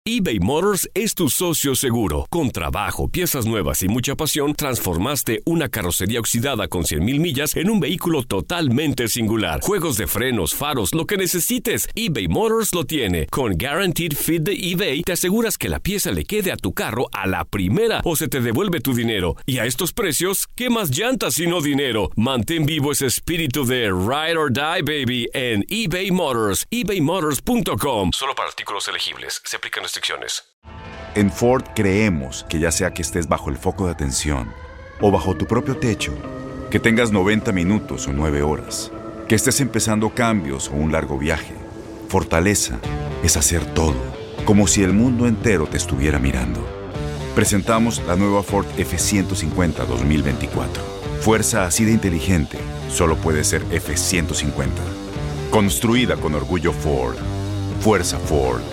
eBay Motors es tu socio seguro. Con trabajo, piezas nuevas y mucha pasión, transformaste una carrocería oxidada con 100,000 millas en un vehículo totalmente singular. Juegos de frenos, faros, lo que necesites, eBay Motors lo tiene. Con Guaranteed Fit de eBay, te aseguras que la pieza le quede a tu carro a la primera o se te devuelve tu dinero. Y a estos precios, ¿qué más llantas sino dinero? Mantén vivo ese espíritu de Ride or Die, baby, en eBay Motors. ebaymotors.com. Solo para artículos elegibles. Se aplican restricciones. En Ford creemos que ya sea que estés bajo el foco de atención o bajo tu propio techo, que tengas 90 minutos o 9 horas, que estés empezando cambios o un largo viaje, fortaleza es hacer todo, como si el mundo entero te estuviera mirando. Presentamos la nueva Ford F-150 2024. Fuerza así de inteligente solo puede ser F-150. Construida con orgullo Ford. Fuerza Ford.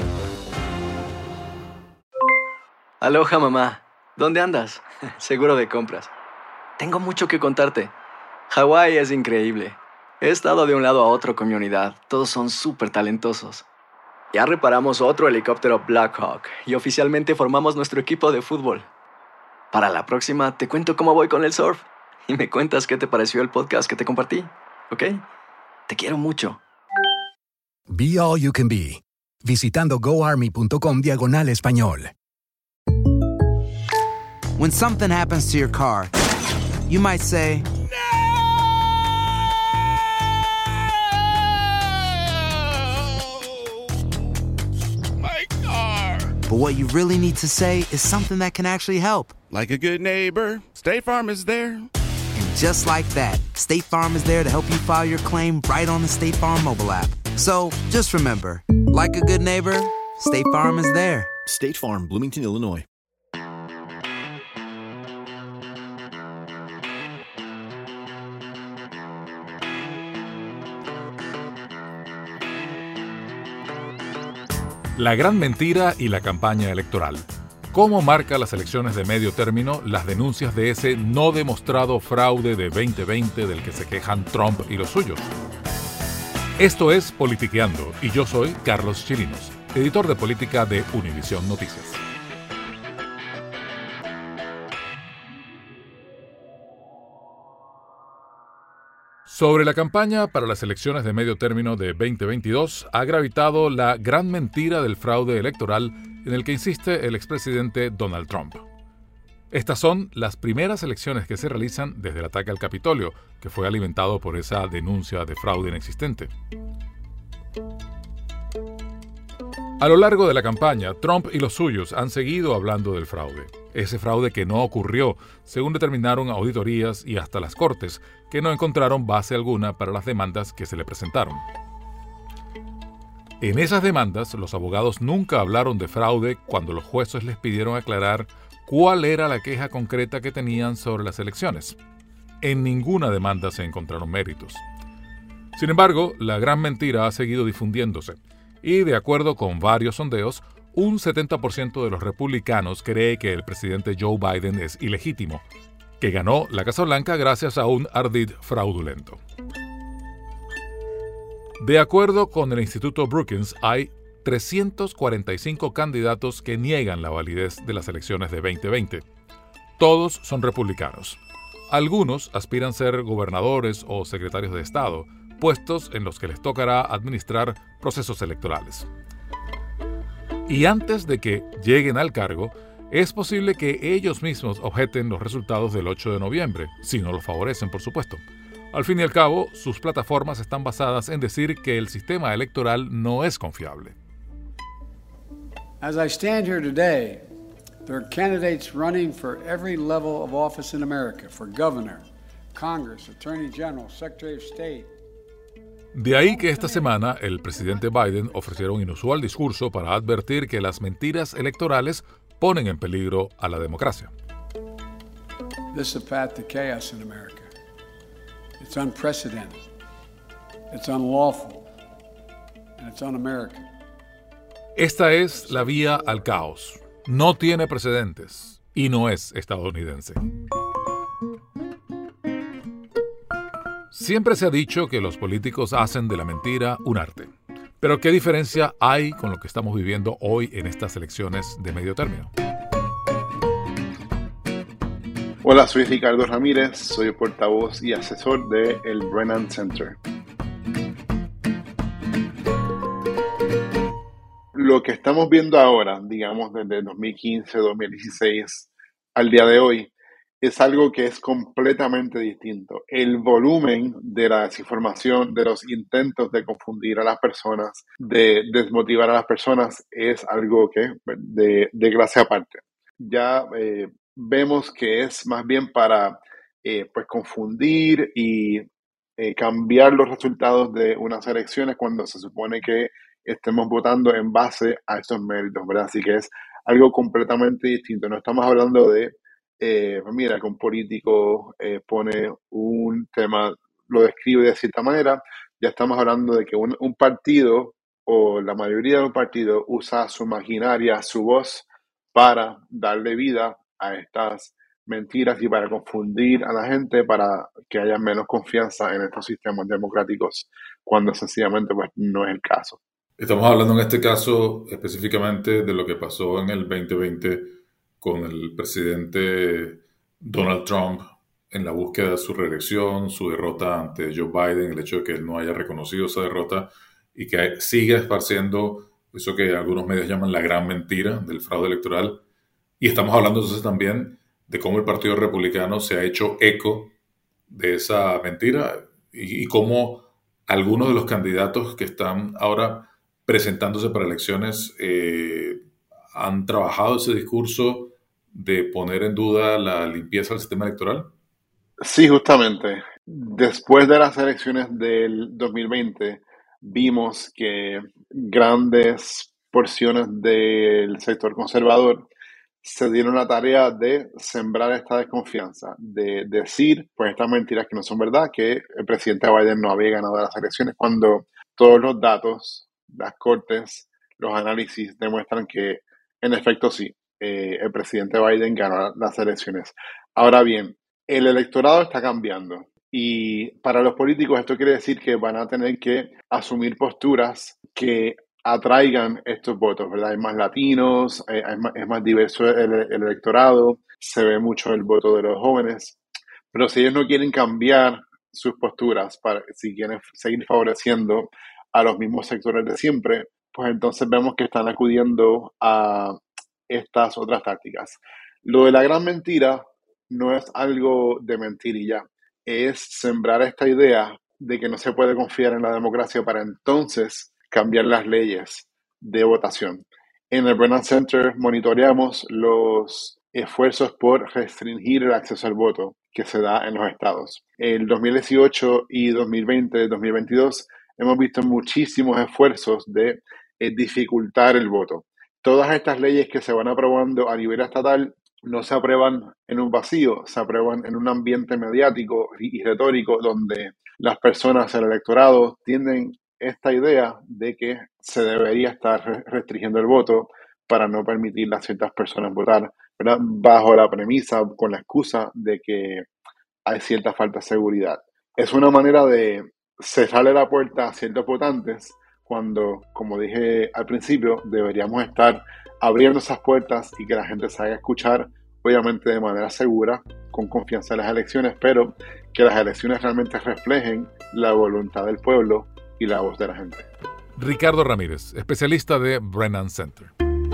Aloha, mamá. ¿Dónde andas? Seguro de compras. Tengo mucho que contarte. Hawái es increíble. He estado de un lado a otro con mi unidad. Todos son súper talentosos. Ya reparamos otro helicóptero Blackhawk y oficialmente formamos nuestro equipo de fútbol. Para la próxima te cuento cómo voy con el surf y me cuentas qué te pareció el podcast que te compartí, ¿ok? Te quiero mucho. Be All You Can Be, visitando goarmy.com/español. When something happens to your car, you might say, My car! but what you really need to say is something that can actually help. Like a good neighbor, State Farm is there. And just like that, State Farm is there to help you file your claim right on the State Farm mobile app. So just remember, like a good neighbor, State Farm is there. State Farm, Bloomington, Illinois. La gran mentira y la campaña electoral. ¿Cómo marca las elecciones de medio término las denuncias de ese no demostrado fraude de 2020 del que se quejan Trump y los suyos? Esto es Politiqueando y yo soy Carlos Chirinos, editor de política de Univisión Noticias. Sobre la campaña para las elecciones de medio término de 2022 ha gravitado la gran mentira del fraude electoral en el que insiste el expresidente Donald Trump. Estas son las primeras elecciones que se realizan desde el ataque al Capitolio, que fue alimentado por esa denuncia de fraude inexistente. A lo largo de la campaña, Trump y los suyos han seguido hablando del fraude. Ese fraude que no ocurrió, según determinaron auditorías y hasta las cortes, que no encontraron base alguna para las demandas que se le presentaron. En esas demandas, los abogados nunca hablaron de fraude cuando los jueces les pidieron aclarar cuál era la queja concreta que tenían sobre las elecciones. En ninguna demanda se encontraron méritos. Sin embargo, la gran mentira ha seguido difundiéndose. Y de acuerdo con varios sondeos, un 70% de los republicanos cree que el presidente Joe Biden es ilegítimo, que ganó la Casa Blanca gracias a un ardid fraudulento. De acuerdo con el Instituto Brookings, hay 345 candidatos que niegan la validez de las elecciones de 2020. Todos son republicanos. Algunos aspiran a ser gobernadores o secretarios de Estado, puestos en los que les tocará administrar procesos electorales. Y antes de que lleguen al cargo, es posible que ellos mismos objeten los resultados del 8 de noviembre, si no los favorecen, por supuesto. Al fin y al cabo, sus plataformas están basadas en decir que el sistema electoral no es confiable. As I stand here today, there are candidates running for every level of office in America, for governor, Congress, Attorney General, Secretary of State. De ahí que esta semana el presidente Biden ofreciera un inusual discurso para advertir que las mentiras electorales ponen en peligro a la democracia. This is a path to chaos in America. It's unprecedented. It's unlawful. And it's un-American. Esta es la vía al caos. No tiene precedentes y no es estadounidense. Siempre se ha dicho que los políticos hacen de la mentira un arte. Pero ¿qué diferencia hay con lo que estamos viviendo hoy en estas elecciones de medio término? Hola, soy Ricardo Ramírez, soy portavoz y asesor de el Brennan Center. Lo que estamos viendo ahora, digamos desde 2015, 2016 al día de hoy, es algo que es completamente distinto. El volumen de la desinformación, de los intentos de confundir a las personas, de desmotivar a las personas, es algo que de clase aparte. Ya vemos que es más bien para pues confundir y cambiar los resultados de unas elecciones cuando se supone que estemos votando en base a estos méritos, ¿verdad? Así que es algo completamente distinto. No estamos hablando de mira, que un político pone un tema, lo describe de cierta manera. Ya estamos hablando de que un partido o la mayoría de un partido usa su maquinaria, su voz para darle vida a estas mentiras y para confundir a la gente para que haya menos confianza en estos sistemas democráticos cuando sencillamente pues, no es el caso. Estamos hablando en este caso específicamente de lo que pasó en el 2020 con el presidente Donald Trump en la búsqueda de su reelección, su derrota ante Joe Biden, el hecho de que él no haya reconocido esa derrota y que siga esparciendo eso que algunos medios llaman la gran mentira del fraude electoral. Y estamos hablando entonces también de cómo el Partido Republicano se ha hecho eco de esa mentira y cómo algunos de los candidatos que están ahora presentándose para elecciones han trabajado ese discurso de poner en duda la limpieza del sistema electoral. Sí, justamente. Después de las elecciones del 2020, vimos que grandes porciones del sector conservador se dieron la tarea de sembrar esta desconfianza, de decir, pues estas mentiras que no son verdad, que el presidente Biden no había ganado las elecciones, cuando todos los datos, las cortes, los análisis demuestran que en efecto sí, el presidente Biden ganó las elecciones. Ahora bien, el electorado está cambiando y para los políticos esto quiere decir que van a tener que asumir posturas que atraigan estos votos, ¿verdad? Hay más latinos, es más diverso el electorado, se ve mucho el voto de los jóvenes, pero si ellos no quieren cambiar sus posturas, si quieren seguir favoreciendo a los mismos sectores de siempre, pues entonces vemos que están acudiendo a estas otras tácticas. Lo de la gran mentira no es algo de mentir y ya, es sembrar esta idea de que no se puede confiar en la democracia para entonces cambiar las leyes de votación. En el Brennan Center monitoreamos los esfuerzos por restringir el acceso al voto que se da en los estados. En 2018 y 2020, 2022 hemos visto muchísimos esfuerzos de dificultar el voto. Todas estas leyes que se van aprobando a nivel estatal no se aprueban en un vacío, se aprueban en un ambiente mediático y retórico donde las personas, el electorado, tienen esta idea de que se debería estar restringiendo el voto para no permitirle a ciertas personas votar, ¿verdad? Bajo la premisa, con la excusa de que hay cierta falta de seguridad. Es una manera de cerrarle la puerta a ciertos votantes cuando, como dije al principio, deberíamos estar abriendo esas puertas y que la gente se haga escuchar, obviamente de manera segura, con confianza en las elecciones, pero que las elecciones realmente reflejen la voluntad del pueblo y la voz de la gente. Ricardo Ramírez, especialista de Brennan Center.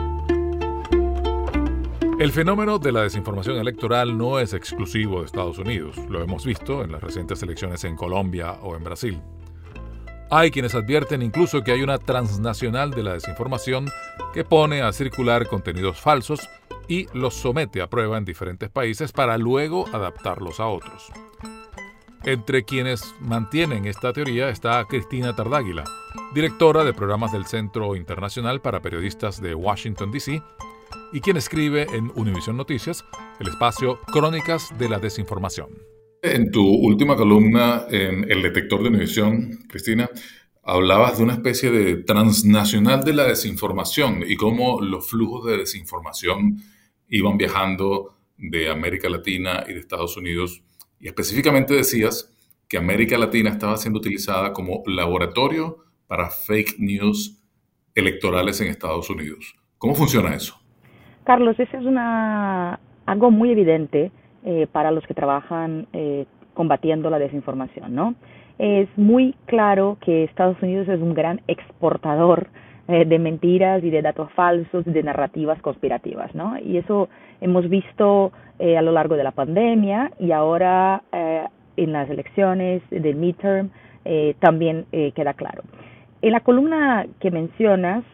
El fenómeno de la desinformación electoral no es exclusivo de Estados Unidos. Lo hemos visto en las recientes elecciones en Colombia o en Brasil. Hay quienes advierten incluso que hay una transnacional de la desinformación que pone a circular contenidos falsos y los somete a prueba en diferentes países para luego adaptarlos a otros. Entre quienes mantienen esta teoría está Cristina Tardáguila, directora de programas del Centro Internacional para Periodistas de Washington, D.C., y quien escribe en Univision Noticias el espacio Crónicas de la Desinformación. En tu última columna en El Detector de Univision, Cristina, hablabas de una especie de transnacional de la desinformación y cómo los flujos de desinformación iban viajando de América Latina y de Estados Unidos. Y específicamente decías que América Latina estaba siendo utilizada como laboratorio para fake news electorales en Estados Unidos. ¿Cómo funciona eso? Carlos, eso es algo muy evidente para los que trabajan combatiendo la desinformación, ¿no? Es muy claro que Estados Unidos es un gran exportador de mentiras y de datos falsos, de narrativas conspirativas, ¿no? Y eso hemos visto a lo largo de la pandemia y ahora en las elecciones del midterm también queda claro. En la columna que mencionas,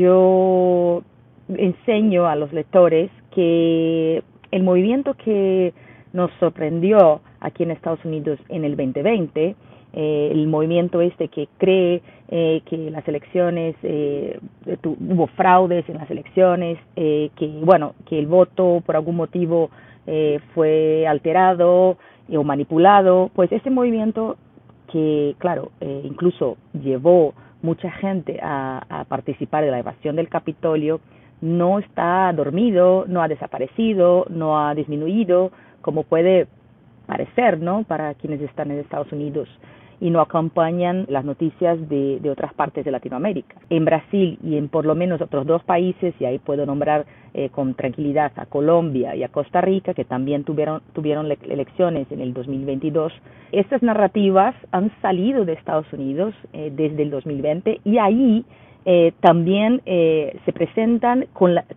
yo enseño a los lectores que el movimiento que nos sorprendió aquí en Estados Unidos en el 2020, el movimiento que cree que las elecciones, hubo fraudes en las elecciones, que el voto por algún motivo fue alterado o manipulado, pues ese movimiento que, claro, incluso llevó mucha gente a participar de la evasión del Capitolio, no está dormido, no ha desaparecido, no ha disminuido, como puede parecer, ¿no?, para quienes están en Estados Unidos y no acompañan las noticias de otras partes de Latinoamérica. En Brasil y en por lo menos otros 2 países, y ahí puedo nombrar con tranquilidad a Colombia y a Costa Rica, que también tuvieron elecciones en el 2022, estas narrativas han salido de Estados Unidos desde el 2020 y ahí también se presentan con la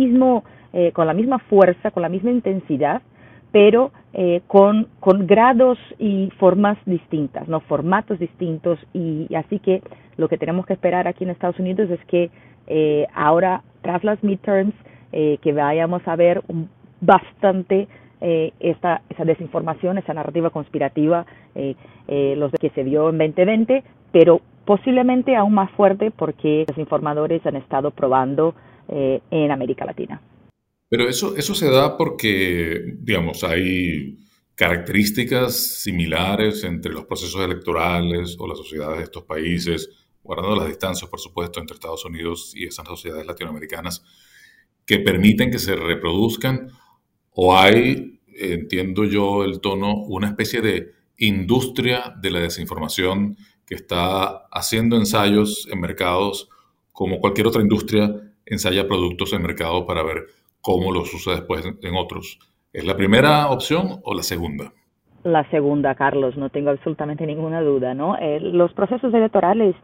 misma fuerza, con la misma intensidad, pero con grados y formas distintas, no formatos distintos, y así que lo que tenemos que esperar aquí en Estados Unidos es que ahora, tras las midterms, que vayamos a ver bastante esa desinformación, esa narrativa conspirativa, los que se vio en 2020, pero posiblemente aún más fuerte porque los informadores han estado probando en América Latina. Pero eso se da porque, digamos, hay características similares entre los procesos electorales o las sociedades de estos países, guardando las distancias, por supuesto, entre Estados Unidos y esas sociedades latinoamericanas, que permiten que se reproduzcan, o hay, entiendo yo el tono, una especie de industria de la desinformación que está haciendo ensayos en mercados como cualquier otra industria ensaya productos en mercado para ver cómo los usa después en otros. ¿Es la primera opción o la segunda? La segunda, Carlos, no tengo absolutamente ninguna duda, ¿no? Los procesos electorales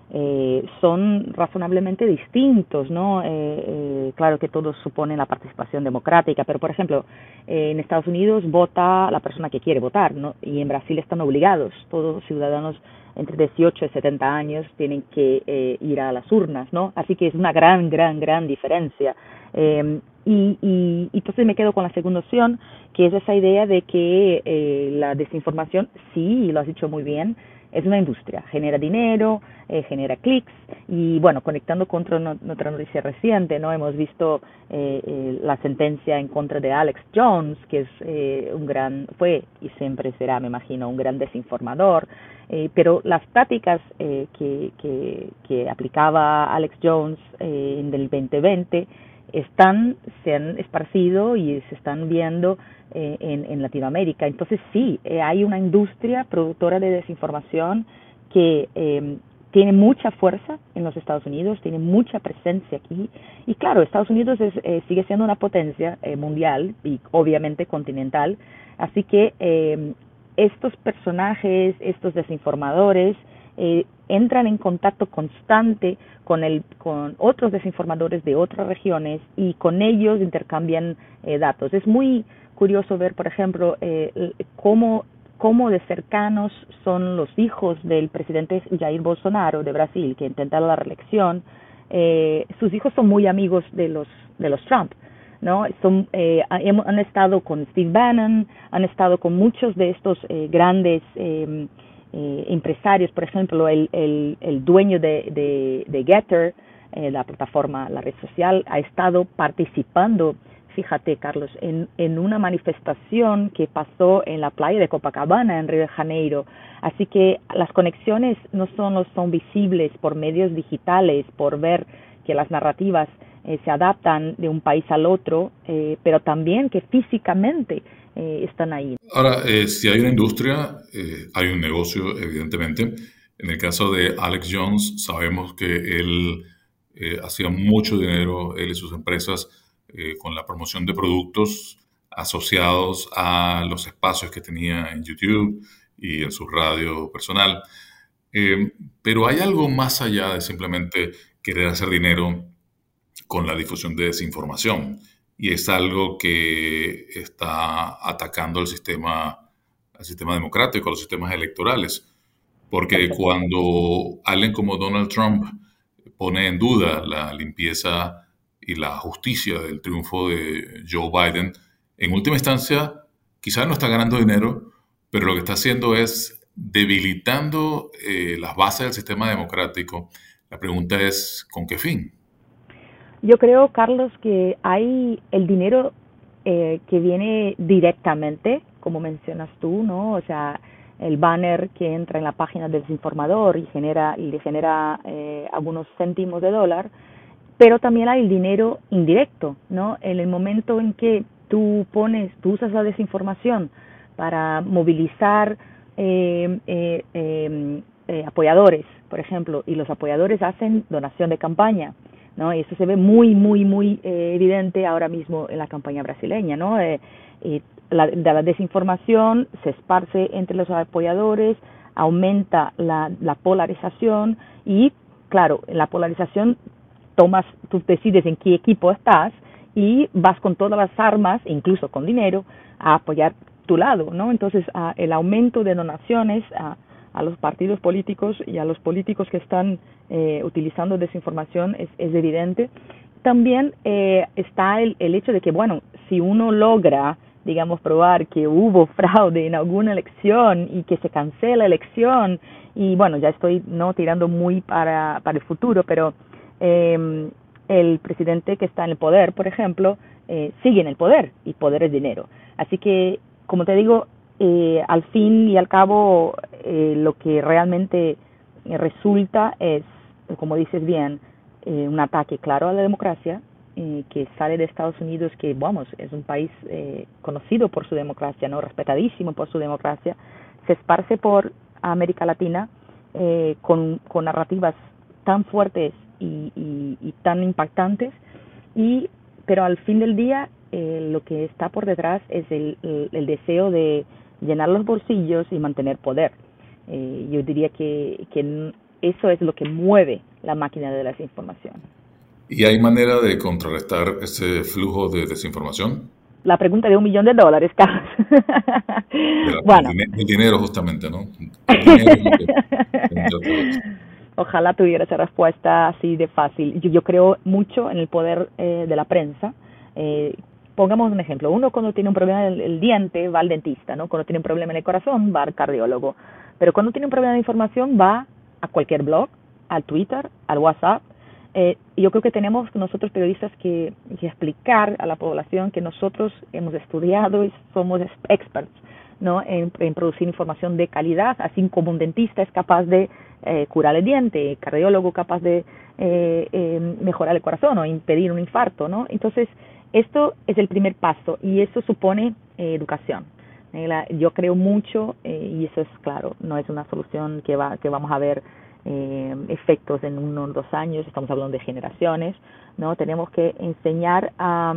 son razonablemente distintos, ¿no? Claro que todos suponen la participación democrática, pero por ejemplo, en Estados Unidos vota la persona que quiere votar, ¿no? Y en Brasil están obligados, todos los ciudadanos entre 18 y 70 años tienen que ir a las urnas, ¿no? Así que es una gran diferencia. Y entonces me quedo con la segunda opción, que es esa idea de que la desinformación, sí, lo has dicho muy bien, es una industria, genera dinero, genera clics, y bueno, conectando con otra noticia reciente, ¿no? Hemos visto la sentencia en contra de Alex Jones, que es fue y siempre será, me imagino, un gran desinformador, pero las prácticas que aplicaba Alex Jones en el 2020 se han esparcido y se están viendo en Latinoamérica. Entonces sí, hay una industria productora de desinformación que tiene mucha fuerza en los Estados Unidos, tiene mucha presencia aquí, y claro, Estados Unidos sigue siendo una potencia mundial y obviamente continental, así que estos personajes, estos desinformadores, entran en contacto constante con otros desinformadores de otras regiones y con ellos intercambian datos. Es muy curioso ver, por ejemplo, cómo de cercanos son los hijos del presidente Jair Bolsonaro de Brasil, que intenta la reelección. Sus hijos son muy amigos de los Trump, ¿no? Han estado con Steve Bannon, han estado con muchos de estos grandes empresarios. Por ejemplo, el dueño de Getter, la plataforma, la red social, ha estado participando, fíjate, Carlos, en una manifestación que pasó en la playa de Copacabana, en Río de Janeiro. Así que las conexiones no solo son visibles por medios digitales, por ver que las narrativas se adaptan de un país al otro, pero también que físicamente están ahí. Ahora, si hay una industria, hay un negocio, evidentemente, En el caso de Alex Jones, sabemos que él hacía mucho dinero, él y sus empresas, con la promoción de productos asociados a los espacios que tenía en YouTube y en su radio personal. Pero hay algo más allá de simplemente querer hacer dinero con la difusión de desinformación. Y es algo que está atacando al sistema democrático, a los sistemas electorales. Porque cuando alguien como Donald Trump pone en duda la limpieza y la justicia del triunfo de Joe Biden, en última instancia, quizás no está ganando dinero, pero lo que está haciendo es debilitando las bases del sistema democrático. La pregunta es, ¿con qué fin? Yo creo, Carlos, que hay el dinero que viene directamente, como mencionas tú, ¿no? O sea, el banner que entra en la página del desinformador y le genera algunos céntimos de dólar, pero también hay el dinero indirecto, ¿no? En el momento en que tú usas la desinformación para movilizar apoyadores, por ejemplo, y los apoyadores hacen donación de campaña, ¿no? Y eso se ve muy, muy, muy evidente ahora mismo en la campaña brasileña, ¿no? La desinformación se esparce entre los apoyadores, aumenta la polarización y, claro, en la polarización tú decides en qué equipo estás y vas con todas las armas, incluso con dinero, a apoyar tu lado, ¿no? Entonces, el aumento de donaciones a los partidos políticos y a los políticos que están utilizando desinformación es evidente. También está el hecho de que, bueno, si uno logra, digamos, probar que hubo fraude en alguna elección y que se cancela la elección, y bueno, ya estoy no tirando muy para el futuro, pero el presidente que está en el poder, por ejemplo, sigue en el poder, y poder es dinero. Así que, como te digo, al fin y al cabo, lo que realmente resulta es, como dices bien, un ataque claro a la democracia, que sale de Estados Unidos, que, vamos, es un país conocido por su democracia, no, respetadísimo por su democracia, se esparce por América Latina con narrativas tan fuertes y tan impactantes, pero al fin del día lo que está por detrás es el deseo de llenar los bolsillos y mantener poder. Yo diría que eso es lo que mueve la máquina de la desinformación. ¿Y hay manera de contrarrestar ese flujo de desinformación? La pregunta de $1 millón, Carlos. Bueno. El dinero, justamente, ¿no? Ojalá tuviera esa respuesta así de fácil. Yo creo mucho en el poder de la prensa. Pongamos un ejemplo. Uno, cuando tiene un problema en el diente, va al dentista, ¿no? Cuando tiene un problema en el corazón, va al cardiólogo. Pero cuando tiene un problema de información, va a cualquier blog, al Twitter, al WhatsApp. Yo creo que tenemos nosotros periodistas que explicar a la población que nosotros hemos estudiado y somos experts, ¿no? en producir información de calidad, así como un dentista es capaz de curar el diente, cardiólogo capaz de mejorar el corazón o impedir un infarto, ¿no? Entonces, esto es el primer paso y eso supone educación. Yo creo mucho y eso es claro, no es una solución que vamos a ver efectos en 1 o 2 años, estamos hablando de generaciones, ¿no? Tenemos que enseñar a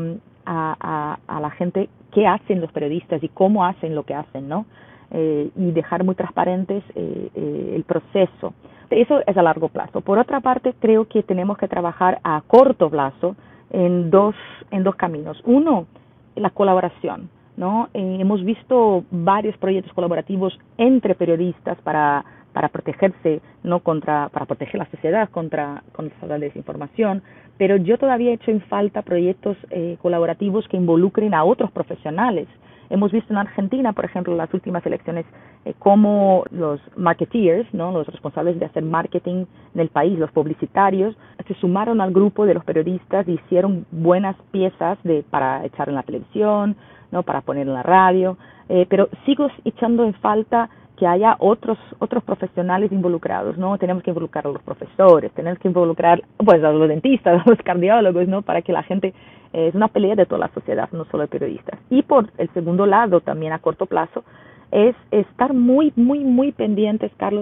la gente qué hacen los periodistas y cómo hacen lo que hacen, ¿no? Y dejar muy transparentes el proceso. Eso es a largo plazo. Por otra parte, creo que tenemos que trabajar a corto plazo en dos caminos. Uno, la colaboración, ¿no? Hemos visto varios proyectos colaborativos entre periodistas para protegerse, no para proteger la sociedad contra la desinformación, pero yo todavía he hecho en falta proyectos colaborativos que involucren a otros profesionales. Hemos visto en Argentina, por ejemplo, en las últimas elecciones, cómo los marketeers, ¿no? Los responsables de hacer marketing en el país, los publicitarios, se sumaron al grupo de los periodistas y hicieron buenas piezas para echar en la televisión, ¿no? Para poner en la radio, pero sigo echando en falta que haya otros profesionales involucrados, ¿no? Tenemos que involucrar a los profesores, tenemos que involucrar pues a los dentistas, a los cardiólogos, ¿no? Para que la gente, es una pelea de toda la sociedad, no solo de periodistas. Y por el segundo lado, también a corto plazo, es estar muy, muy, muy pendientes, Carlos,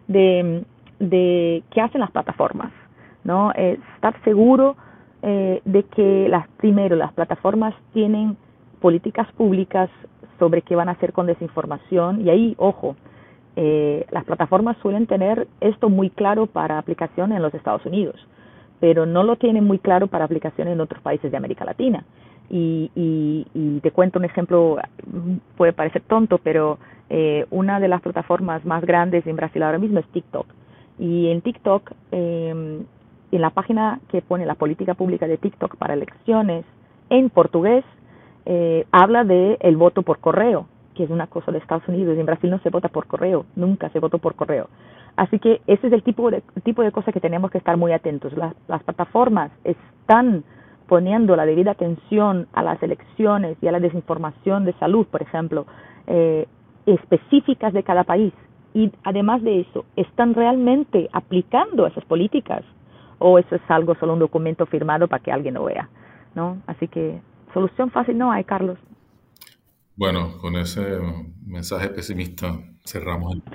de qué hacen las plataformas, ¿no? Estar seguro de que las plataformas tienen políticas públicas sobre qué van a hacer con desinformación, y ahí, ojo, las plataformas suelen tener esto muy claro para aplicación en los Estados Unidos, pero no lo tienen muy claro para aplicación en otros países de América Latina. Y te cuento un ejemplo, puede parecer tonto, pero una de las plataformas más grandes en Brasil ahora mismo es TikTok. Y en TikTok, en la página que pone la política pública de TikTok para elecciones, en portugués, habla de el voto por correo, que es una cosa de Estados Unidos. En Brasil no se vota por correo, nunca se votó por correo. Así que ese es el tipo de cosas que tenemos que estar muy atentos. Las plataformas están poniendo la debida atención a las elecciones y a la desinformación de salud, por ejemplo, específicas de cada país. Y además de eso, ¿están realmente aplicando esas políticas? ¿O eso es algo, solo un documento firmado para que alguien lo vea, ¿no? Así que solución fácil no hay, Carlos. Bueno, con ese mensaje pesimista cerramos el...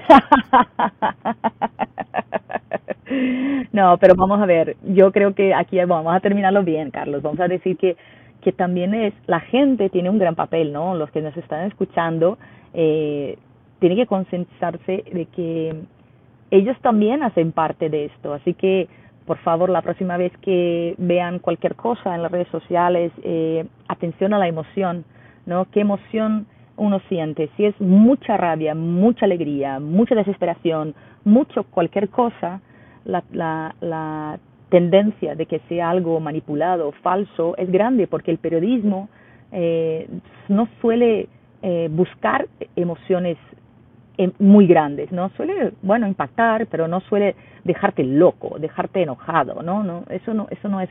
No, pero vamos a ver, yo creo que aquí vamos a terminarlo bien, Carlos. Vamos a decir que también la gente tiene un gran papel, ¿no? Los que nos están escuchando tienen que concientizarse de que ellos también hacen parte de esto. Así que, por favor, la próxima vez que vean cualquier cosa en las redes sociales, atención a la emoción, ¿no? ¿Qué emoción uno siente? Si es mucha rabia, mucha alegría, mucha desesperación, cualquier cosa, la tendencia de que sea algo manipulado o falso es grande, porque el periodismo no suele buscar emociones muy grandes, ¿no? Suele, impactar, pero no suele dejarte loco, dejarte enojado, ¿no? Eso no es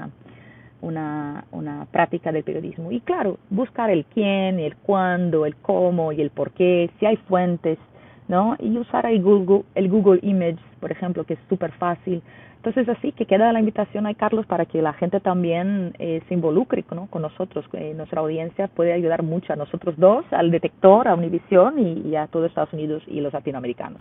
una práctica del periodismo. Y claro, buscar el quién, el cuándo, el cómo y el por qué, si hay fuentes, ¿no? Y usar el Google Images, por ejemplo, que es súper fácil. Entonces, así que queda la invitación ahí, Carlos, para que la gente también se involucre, ¿no? Con nosotros. Nuestra audiencia puede ayudar mucho a nosotros dos, al Detector, a Univisión y a todo Estados Unidos y los latinoamericanos.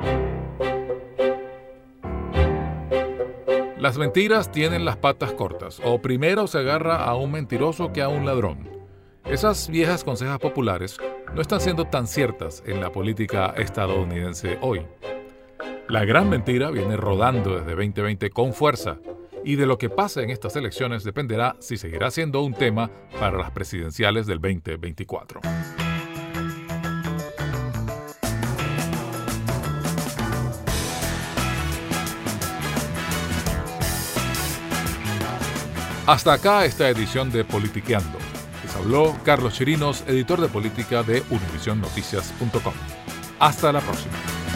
Las mentiras tienen las patas cortas, o primero se agarra a un mentiroso que a un ladrón. Esas viejas consejas populares no están siendo tan ciertas en la política estadounidense hoy. La gran mentira viene rodando desde 2020 con fuerza, y de lo que pase en estas elecciones dependerá si seguirá siendo un tema para las presidenciales del 2024. Hasta acá esta edición de Politiqueando. Les habló Carlos Chirinos, editor de política de UnivisionNoticias.com. Hasta la próxima.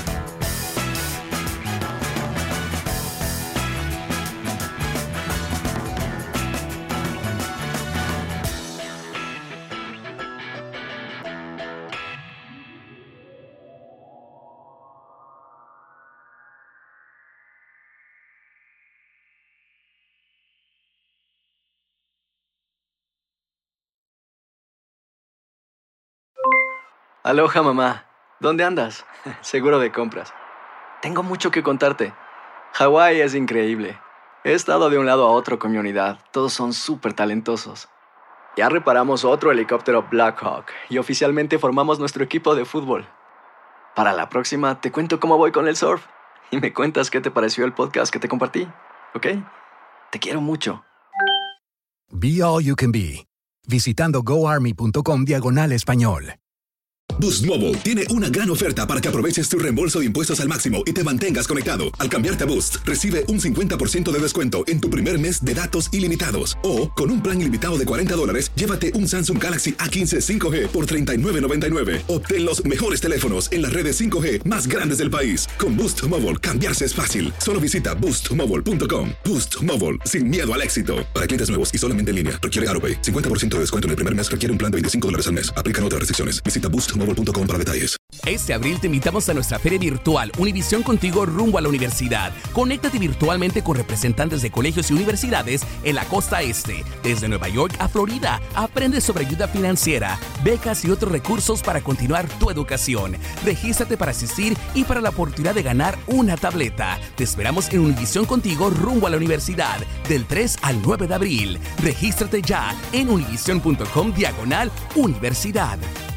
Aloha, mamá. ¿Dónde andas? Seguro de compras. Tengo mucho que contarte. Hawái es increíble. He estado de un lado a otro con mi unidad. Todos son súper talentosos. Ya reparamos otro helicóptero Blackhawk y oficialmente formamos nuestro equipo de fútbol. Para la próxima te cuento cómo voy con el surf y me cuentas qué te pareció el podcast que te compartí, ¿ok? Te quiero mucho. Be All You Can Be, visitando goarmy.com/español. Boost Mobile tiene una gran oferta para que aproveches tu reembolso de impuestos al máximo y te mantengas conectado. Al cambiarte a Boost, recibe un 50% de descuento en tu primer mes de datos ilimitados. O, con un plan ilimitado de $40, llévate un Samsung Galaxy A15 5G por $39.99. Obtén los mejores teléfonos en las redes 5G más grandes del país. Con Boost Mobile, cambiarse es fácil. Solo visita boostmobile.com. Boost Mobile, sin miedo al éxito. Para clientes nuevos y solamente en línea, requiere AutoPay. 50% de descuento en el primer mes requiere un plan de $25 al mes. Aplican otras restricciones. Visita boostmobile.com para detalles. Este abril te invitamos a nuestra feria virtual Univisión Contigo rumbo a la universidad. Conéctate virtualmente con representantes de colegios y universidades en la costa este. Desde Nueva York a Florida, aprende sobre ayuda financiera, becas y otros recursos para continuar tu educación. Regístrate para asistir y para la oportunidad de ganar una tableta. Te esperamos en Univisión Contigo rumbo a la universidad del 3 al 9 de abril. Regístrate ya en univision.com/universidad.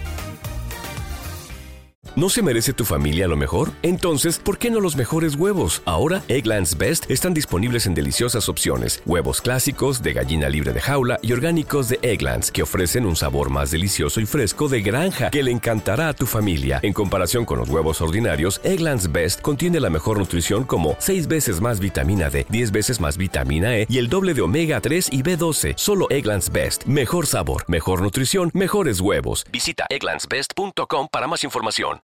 ¿No se merece tu familia lo mejor? Entonces, ¿por qué no los mejores huevos? Ahora, Eggland's Best están disponibles en deliciosas opciones. Huevos clásicos, de gallina libre de jaula y orgánicos de Eggland's, que ofrecen un sabor más delicioso y fresco de granja que le encantará a tu familia. En comparación con los huevos ordinarios, Eggland's Best contiene la mejor nutrición como 6 veces más vitamina D, 10 veces más vitamina E y el doble de omega 3 y B12. Solo Eggland's Best. Mejor sabor, mejor nutrición, mejores huevos. Visita egglandsbest.com para más información.